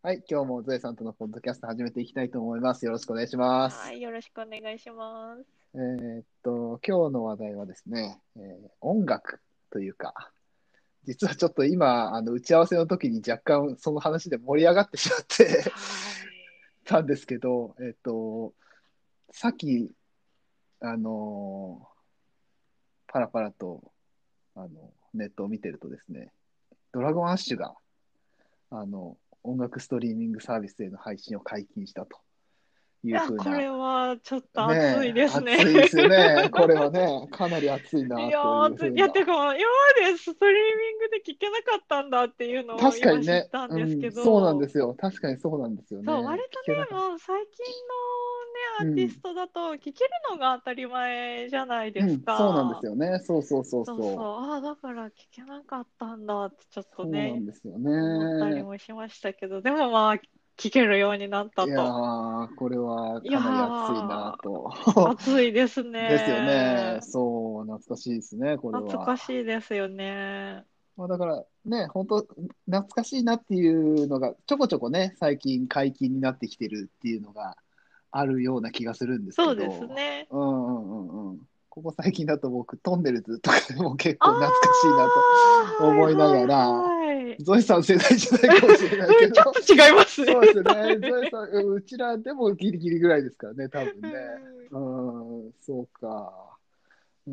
はい、今日もゾエさんとのポッドキャスト始めていきたいと思います。よろしくお願いしまはす。 い、よろしくお願いします。 今日の話題はですね、音楽というか、実はちょっと今、打ち合わせの時に若干その話で盛り上がってしまってはい。 たんですけど、さっき、あの、パラパラと、ネットを見てるとですね、ドラゴンアッシュが、音楽ストリーミングサービスへの配信を解禁したといいや、 う風な。 これはちょっと熱ねえ、 いですね。 暑いですよね。これはね、かなり暑いないやー、 というふうな。 てか、今までストリーミングで聞けなかったんだっていうのを今知っ確かにね、 たんですけうん、そうなんでど、 すよ。確かにそうなんですよそう、 ね。 割聞けなかっとね、もう最近のね、アーティた。うん、 ストだと聞けるのが当たり前じゃないですうん、そうなんですか。 よね。そうそうそうそうそう、 そう。 だから聞けなかったんだってちょっとそうなんね、 ですよ思ったりね。 もしましたけど、でもまあ、聞けるようになっいやたと。 ー、これはいやかなり暑いなー、 と。 暑いですですよね。 ね。 そう、懐かしいですね、これ懐かは。 しいですよね。 まあ、だからね、本当懐かしいなっていうのが、ちょこちょこね、最近解禁になってきてるっていうのがあるような気がするんですけそうですど、 ね。 うんうんうんうん。ここ最近だと僕、トンネルズとかでも結ああ、 構懐かしいなと思いながはいら、 はいはい。 ゾエさん世代じゃないかもしれないけど、 ちょっと違いますね。 そうですね、ゾエはい。 さん、うちらでもギリギリぐらいですからね、多分ね。 うんうん、そうか。うん。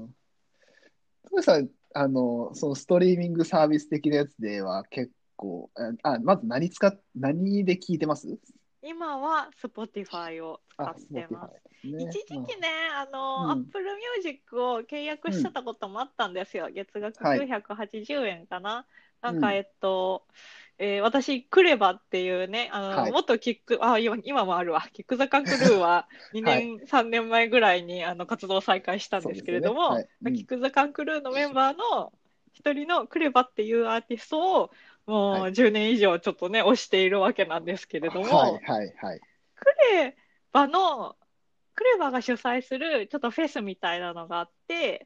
トムさん、そのストリーミングサービス的なやつでは結構、まず何で聞いてます？ 今は Spotify を使っスポてます。 ティファイです一ね。 時期ね、 うん。 Apple Music を契約うん。 してたこともあったんですよ。月額はい。 980円かな。なんか、 うん。 私、クレバっていうね、 はい。 元キック、今もあるわ。キックザカンクルーははい。 2年、3年前ぐらいに活動再開したんですけそうですよね。はれども、 い。うん。 キックザカンクルーのメンバーの一人のクレバっていうアーティストをもうはい。 10年以上ちょっとね、推しているわけなんですけれどはい。 も、 はい。はい。 クレバの、クレバが主催するちょっとフェスみたいなのがあって、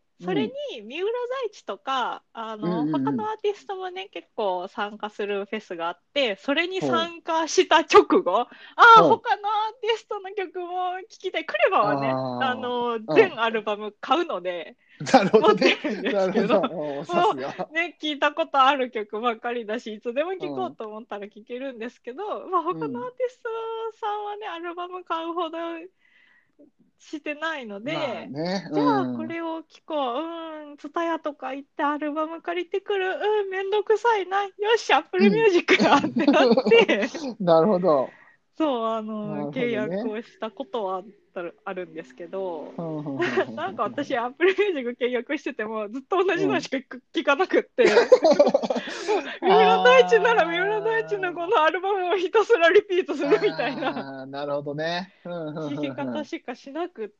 それうん。 に三浦大知とか、 うんうんうん。 他のアーティストもね、結構参加するフェスがあって、それにほう。 参加した直後、 ほう。 他のアーティストの曲も聴きたい。クレバはね、 ああ。うん。 全アルバム買うので、 なるほ持ってどね。 るんでなるほど。 すけど、もさすが。 うね、聞いたことある曲ばっかりだし、いつでもう聴こうん。 と思ったら聴けるんですけど、まあ、他のアーうん。 ティストさんはね、アルバム買うほどしてないのまあで、 ね。 じゃあこうん。 れを聴こう。ツタヤとか行ってアルバム借りてくる。めんどくさいな。よし、アップルミュうん。 ージックだってなって、 なるほど。 そう、 なるほ契どね。 約をしたことはあるんですけど、 ふんふんふんふんふなんか私、 んふん。 アップルミュージック契約してても、ずっと同じうん。 のしか聞かなくって、もう三浦大知なら三浦大知のこのアルバムをひたすらリピートするみたいななるほどね。ふんふん聞きふんふん。 方しかしなくって、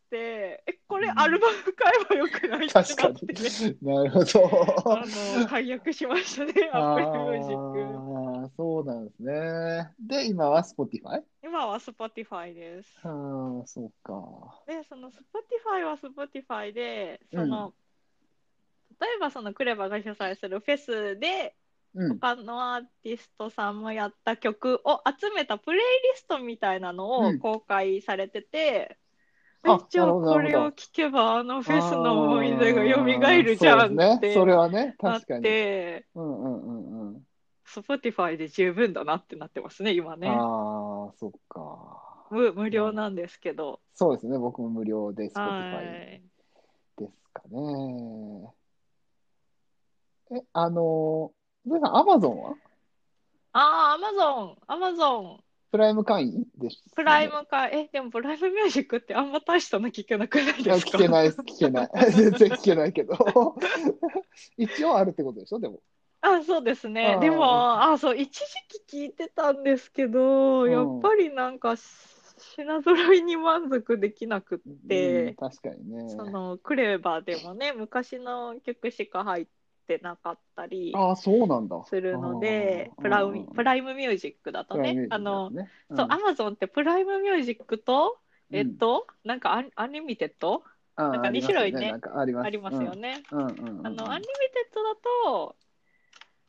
これアルうん、 バム買えばよくないって確かに。 なって、 なるほど。 解約しましたね、アップルミュージック。 そうなんですね。で、今は Spotify？ 今は Spotify です。 そうか。 で、その Spotify は Spotify で、 うん、 例えばそのクレバが主催するフェスで、 うん。 他のアーティストさんもやった曲を集めたプレイリストみたいなのうん。 を公開されてて、じなるほど、なるゃあこれをほど。 聞けばあのフェスの思い出が蘇るじゃんっそうですね。それてはね、 なっ確かに。 て、 うんうんうんうん。 Spotify で十分だなってなってますね、今ね。 そっか。 無なる料なんですけど。 そうですね。僕も無料では Spotify い。 ですかね。皆さん、アマゾンはアマゾン、 プライム会員でプすよね。 ライムか。でもプライムミュージックってあんま大したの聞けなくないですか？ 聞けないです、聞けない。全然聞けないけど。一応あるってことでしょ、でも。 そうですあね。であ、 も、そう、一時期聞いてたんですけど、 うやっん。 ぱりなんか品揃いに満足できなくっうん、 て、 確かにね。 クレバーでもね、昔の曲しか入ってなかったりそうなんだ。 するので、プうん。 ライムミュージックだとね、 プライムミュージックですね。うそう、アん。 マゾンってプライムミュージックと、 うん。 なんかアニメテッドなんかあ 2 りますよね。な種類ね、 んかあります。 ありまうん。 すよね。 うんうんうんうん。 アニメテッドだと、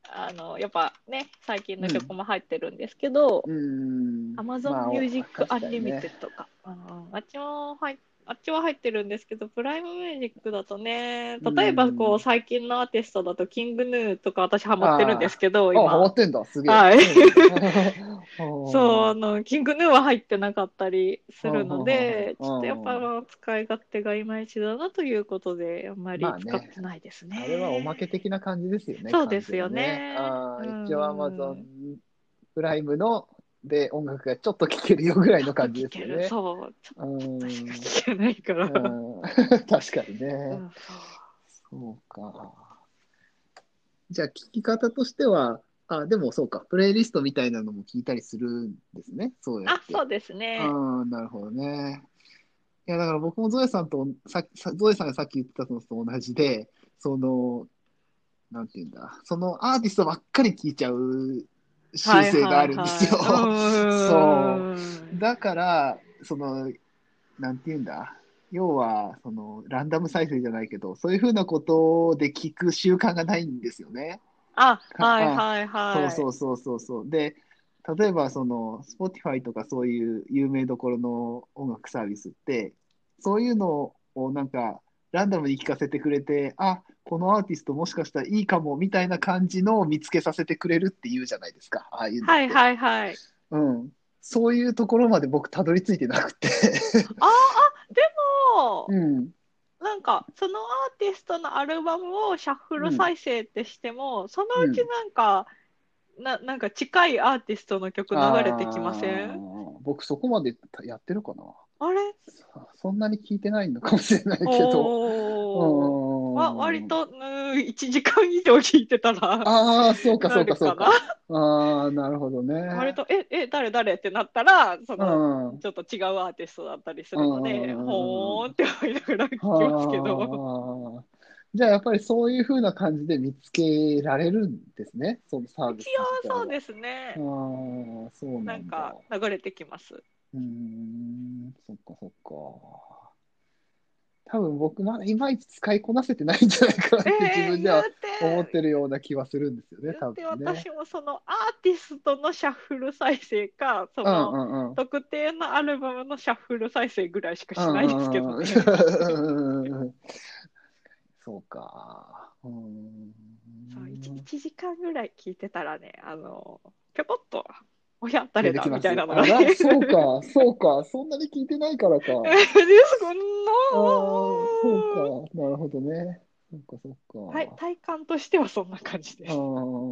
やっぱね、最近の曲も入ってるんですけど、 ま Amazon あ、 Music 確かに Unlimited ね。 とか、あっちは入ってるんですけど、プライムミュージックだとね、例えばこう最近のアーティストだと、キングヌーとか私ハマってるんですけど、 ハマ今。 ってんだ。すげえ。 はい。 そうなんだ。 そう、キングヌーは入ってなかったりするので、ちょっとやっぱうん使い勝手がいまいちだなということで、あんまりまあね、 使ってないですあれはおまけね。 的な感じですよね、完そうですよ全にね。 ね。う一応 Amazon ん。 プライムので音楽がちょっと聴けるよぐらいちょっとの感じ聞ける。 ですよね。 そう。 うちょっとしかん、 聞けないから。 確かにね。 うん、そう。 そうか。じゃあ、聞き方としては、でもそうか、プレイリストみたいなのも聞いたりするんですね、そうやっあ、そて。 うですね。 なるほどね。いや、だから僕もゾエさんと、ゾエさんがさっき言ってたのと同じで、その、なんていうんだ、そのアーティストばっかり聞いちゃう習はいはい性があるんですよ。 はい。 そーう。 ん。 だから、なんていうんだ、要は、ランダム再生じゃないけど、そういうふうなことで聞く習慣がないんですよね。 あ、 か、あ、 はいはいそうはい。 そうそうそうそう。で、例えばSpotify とかそういう有名どころの音楽サービスって、そういうのをなんか、ランダムに聞かせてくれて、このアーティストもしかしたらいいかもみたいな感じのを見つけさせてくれるっていうじゃないですか、ああいうのって。 はいはいはい。 うん。そういうところまで僕たどり着いてなくて。 でも、 うん。 なんか、そのアーティストのアルバムをシャッフルうん。 再生ってしても、そのうちうん。 なんか、なんか近いアーティストの曲流れてきません？ 僕そこまでやってるかな。 あれ？ そんなに聞いてないのかもしれないけど。 おー。割うん。 と、1時間以上聞いてたら、 そうか、そうか、そうなるかな。 か。なるほどね。 割と、誰ってなったら、 うん。うん。 ちょっと違うアーティストだったりすうるので、ほーんん。 って思いながら聞きますけど。 はあ。じゃあ、やっぱりそういうふうな感じで見つけられるんですね。そのサービ一ス自体は。 応そうですね。 そうなんだ。 なんか流れてきます。 そっかそっか。多分僕まだいまいち使いこなせてないんじゃないかなって自分では言う思ってて、 るような気はするんですよね、多分ね。 私もそのアーティストのシャッフル再生か、そうんのうんうん。 特定のアルバムのシャッフル再生ぐらいしかうしないですけんうんどね。 うん。そうか。 そう、1時間ぐらい聞いてたらね、ぴょこっと、おや、誰だみたい出てきます。 なのがね。 そうか、そうか。そんなに聞いてないからか。 こんな、 そうか。なるほどね。そうか、そうか。 体感としてはそんな感じです。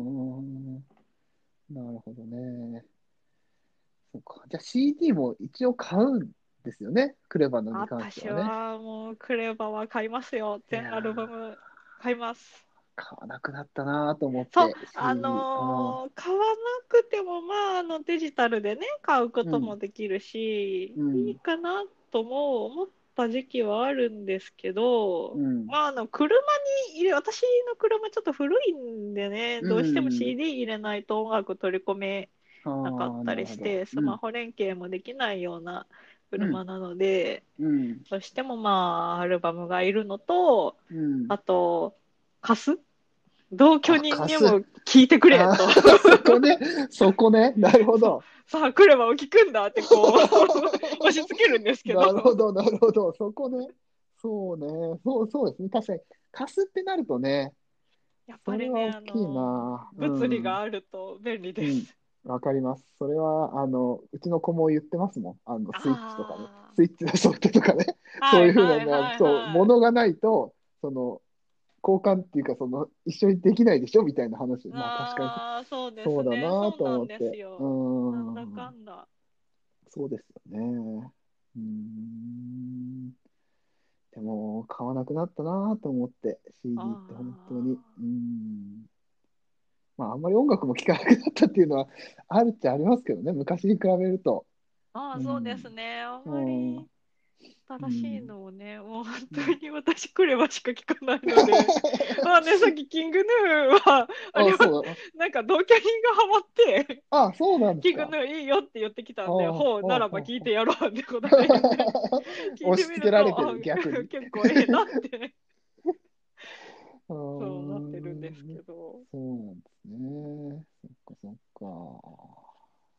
なるほどね。そうか。じゃあ CD も一応買うんですよね。クレバのに関して私はね。 はもうクレバは買いますよ。 いや全アルバー、 ム買います。 買わなくなったなと思っそう、 て、CD。 買わなくても、デジタルでね、買うことうん、 もできるし、いいうん、 かなとも思った時期はあるんですけど、 うん、 車に私の車ちょっと古いんでね、 うどうしてもん。 CD 入れないと音楽取り込めなかったなるほど。 りして、スうん、 マホ連携もできないようなうん、 車なので、 うん、 どうしてもアルバムがいるのと、 うん。 あと、貸す同居人貸す。 にも聞いてくれと。 そこね、そこね。なるほそう、 ど。 さあ来れば聞くんだってこう押し付けるんですけど、 なるほど、なるほど。そこね。そうね。そうですね。確かに。貸すってなるとね、 やっぱそれりね、 は大きいな。う物理がん。 あると便利うん。 です。 わかります。それは、うちの子も言ってますもん。スイッチとかね。 あスイッチのソフトとかね。 あ、はそういうふうないはいのは、 はいそう、 はい。 ものがないと、交換っていうか、一緒にできないでしょみたいな話。まあ、確かにああ、そうでそうだすね。 なとそうなんです思って。 よ。なんだかんだ。 そうですよね。でも、買わなくなったなと思って、 あ CD って本当に。 あ。 まあ、あんまり音楽も聴かなくなったっていうのはあるっちゃありますけどね、昔に比べると。 ああ、そうでうん。 すね。あんうまん。 り新しいうん。 のをね、もう本当うん。 に私来ればしか聞かないので、さっきキングヌーは、あれは、 そうだ。 なんか同居人がハマって、 そうなんですか。 キングヌーいいよって言ってきたんで、 ああ、 ほう、ならば聞いてやろうってことで言って、聞い押てし付けられみると、 てる、逆に。 結構ええなって。 うそうなってるんーですけん、 ど。 そうなんですね。そっかそっか。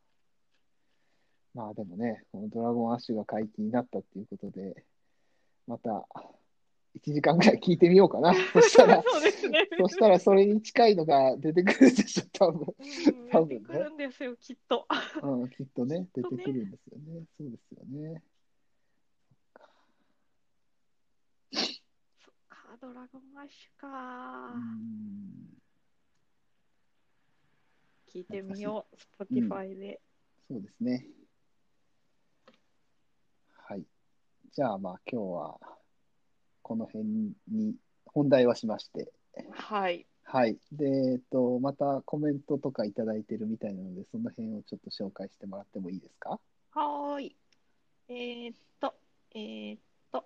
まあでもね、このドラゴンアッシュが解禁になったっていうことで、また1時間ぐらい聞いてみようかな。そしたら、 そうですね。 そしたらそれに近いのが出てくるでしょ、多分。 うん、出てく多分ね。 るんですよ、きっと。 うん、きっときっね、出とね。 てくるんですよね。そうですよね。 そっか、ドラゴンアッシュうーか。 ん、 聞いて懐かしい。 みよう、 うん、 Spotify で。 そうですね。はい。じゃあまあ今日はこの辺に本題はしまして、 はい。 はい。で、またコメントとかいただいてるみたいなので、その辺をちょっと紹介してもらってもいいですか？ はーい。えーっと、えーっと、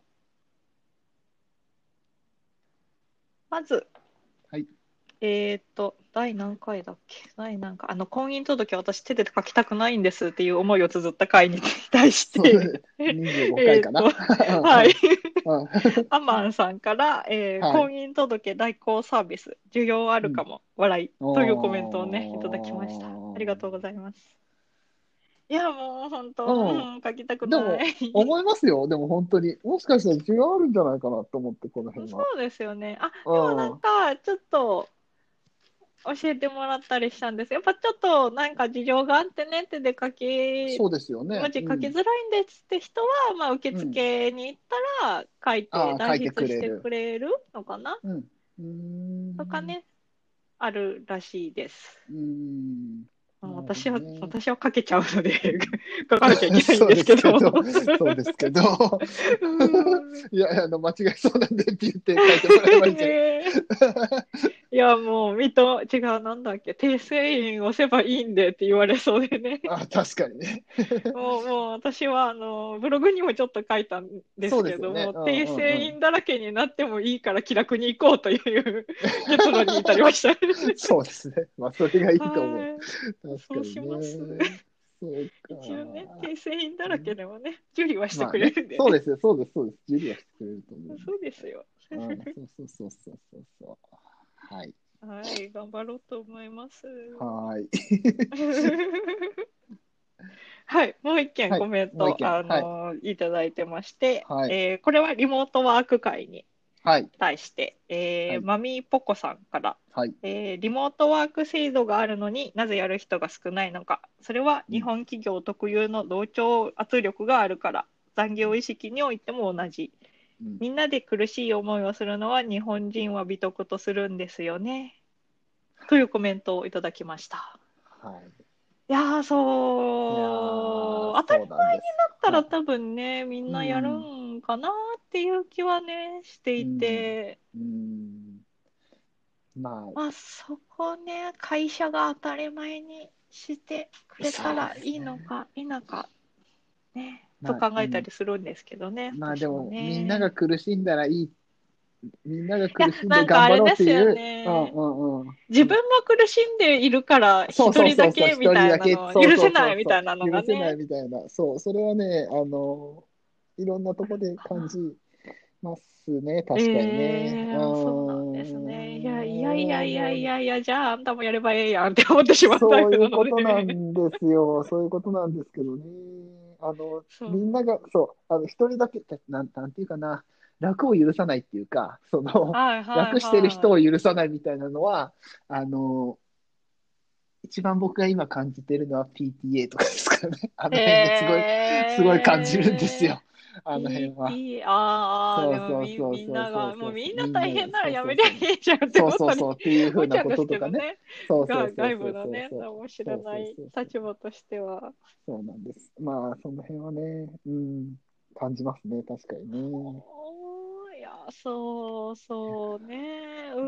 まず、 はい。 第何回だっけ第何回、婚姻届私手で書きたくないんですっていう思いを綴った回に対して、 そう、25回かな。 えーっと、はい。 うんうんアマンさんから、 はい。 婚姻届代行サービス、需要あうん。 るかも、笑い、というコメントをね、いただきました。ありがとうごおざいます。いや、もう本当、 ー。 書きたくうん。でも、 ない。 思いますよ。でも本当に。もしかしたら需要あるんじゃないかなと思って、この辺は。 そうですよね。あ、でうもなんん。 か、ちょっと教えてもらったりしたんです。やっぱちょっとなんか事情があってねってでそうですよね。 文字うん。 書きづらいんですって人は、まあ、受うん。 付に行ったら書いてああ、書代いてく筆してれる。 くれるのかなうん。うーん。 とかね、あるらしいです。 うーん。なるほど私は、 ね。 私は書けちゃうのでうん。 書かなきゃいけないんそうですけどですけど、そうですけど、 うんいや、間違いそうなんでって言って書いてもらえばいいんじゃない？ ねいや、もう、違う、なんだっけ、訂正印押せばいいんでって言われそうでね。 あ、確かにね。 もう私は、ブログにもちょっと書いたんですそうですよね。 けども、 うん訂うんうん。 正印だらけになってもいいから気楽に行こうという結論に至りました。 そうですね。まあ、それがいいと思う。 はい。そう確かにします。 ね。そう一応ね、 か。 訂正印だらけうんでもね、受理はしてくれまあね。 るんでね。 そうですよ。そうです。そうです。受理はしてくれると思うんで。 そうですよ。 うん。そうそうそうそうそうそう。はい。 はい、頑張ろうと思います。 はーい。 はい、もう一件はい。 コメント、 もう一件。はい。 いただいてまして、 はい。 これはリモートワーク会にはい。 対して、 はい。 マミーポコさんから、 はい。 リモートワーク制度があるのになぜやる人が少ないのか。それはうん。 日本企業特有の同調圧力があるから。残業意識においても同じ。 うん。 みんなで苦しい思いをするのは日本人は美徳とするんですよね。というコメントをいただきました。 はい。 いやー、 いやそう、 ー、 当たりそうなんです。 前になったはい。 ら多分ね、みんうなやるん。 んかなっていう気はね、していうん。 て、 うん。ままあそこね、会社が当たり前にしてくあ、 れたそうらいいですね。 のか否かね、とまあ、 考えたうん。 りするんですけどね、 まあで私もも、みんながね。 苦しんだらいい。みんながいや、 苦しんでなんかあ頑張ろうっれですよていう、うんね。 うんうん。 自分も苦しんでいるからそう一人だそうそうそう、 けみたい一人だけ、 なのは許せそうそうそうそないみたいなう、 のが許せないね。 みたいな、そう、それはね、いろんなとこであるのかな。 感じますね、確かにね。 そうなんですね。いやいやいやいやいやいや、じゃああんたもやればええやんって思ってしまうタイそういうプなのことなで。 んですよ。そういうことなんですけどね。 そう。 みんなが、そう、一人だけ、なんていうかな、楽を許さないっていうか、 はいはい楽してる人はい。 を許さないみたいなのは、あの、一番僕が今感じてるのは PTA とかですかね。あの辺ですごい、すごい感じるんですよ。あの辺は。 PT、でもそうそうそうみんそうなが、もうそうそうそう。 みんなみんな、 大変ならそうやめりゃそうそう。 いいじゃんってそう本当にそうそうっていうふうなこ思っちゃうんですととかね。 けどね。 そうそうそう外そう部のね、 そうそう。 何も知らそうそうないそうそう。 立場としては。 そうなんです。まあ、その辺はね、うん、感じますね。確かにね。 いや、そうそうね。 う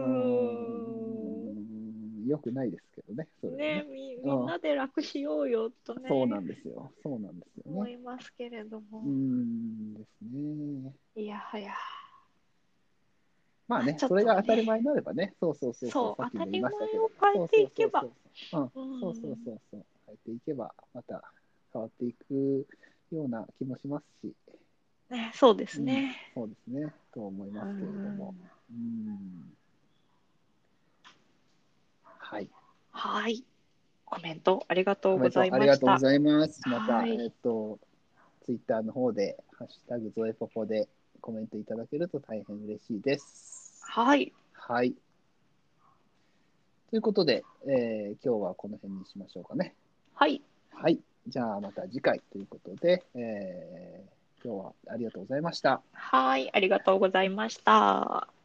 よくないですけどね、それはね、 ね。 みんなで楽しようよとそうなね、 んですよ。そうなんですよね。 思いますけれども。 ですね。 いやはや、 まあね、 ちょっそれとね、 が当たり前になればね、そうそうそうそう、 そう、 さっきも言い当たり前ましたけど、 を変えそうそうていけば、 そうそうそう、 うそうそうん、 そうそう、変えていけば、また変わっていくような気もしますし、 ね、そうでうん、 すね。 そうですね、と思いうますけれども。 ん、 うんはい。 はい。コメントありがとうコメントございありがとうごました。 ざいます。また、 はい。 ツイッターの方で、ハッシュタグゾエポポでコメントいただけると大変嬉しいです。 はい。 はい。ということで、今日はこの辺にしましょうかね。 はい。 はい。じゃあまた次回ということで、今日はありがとうございました。 はい。ありがとうございました。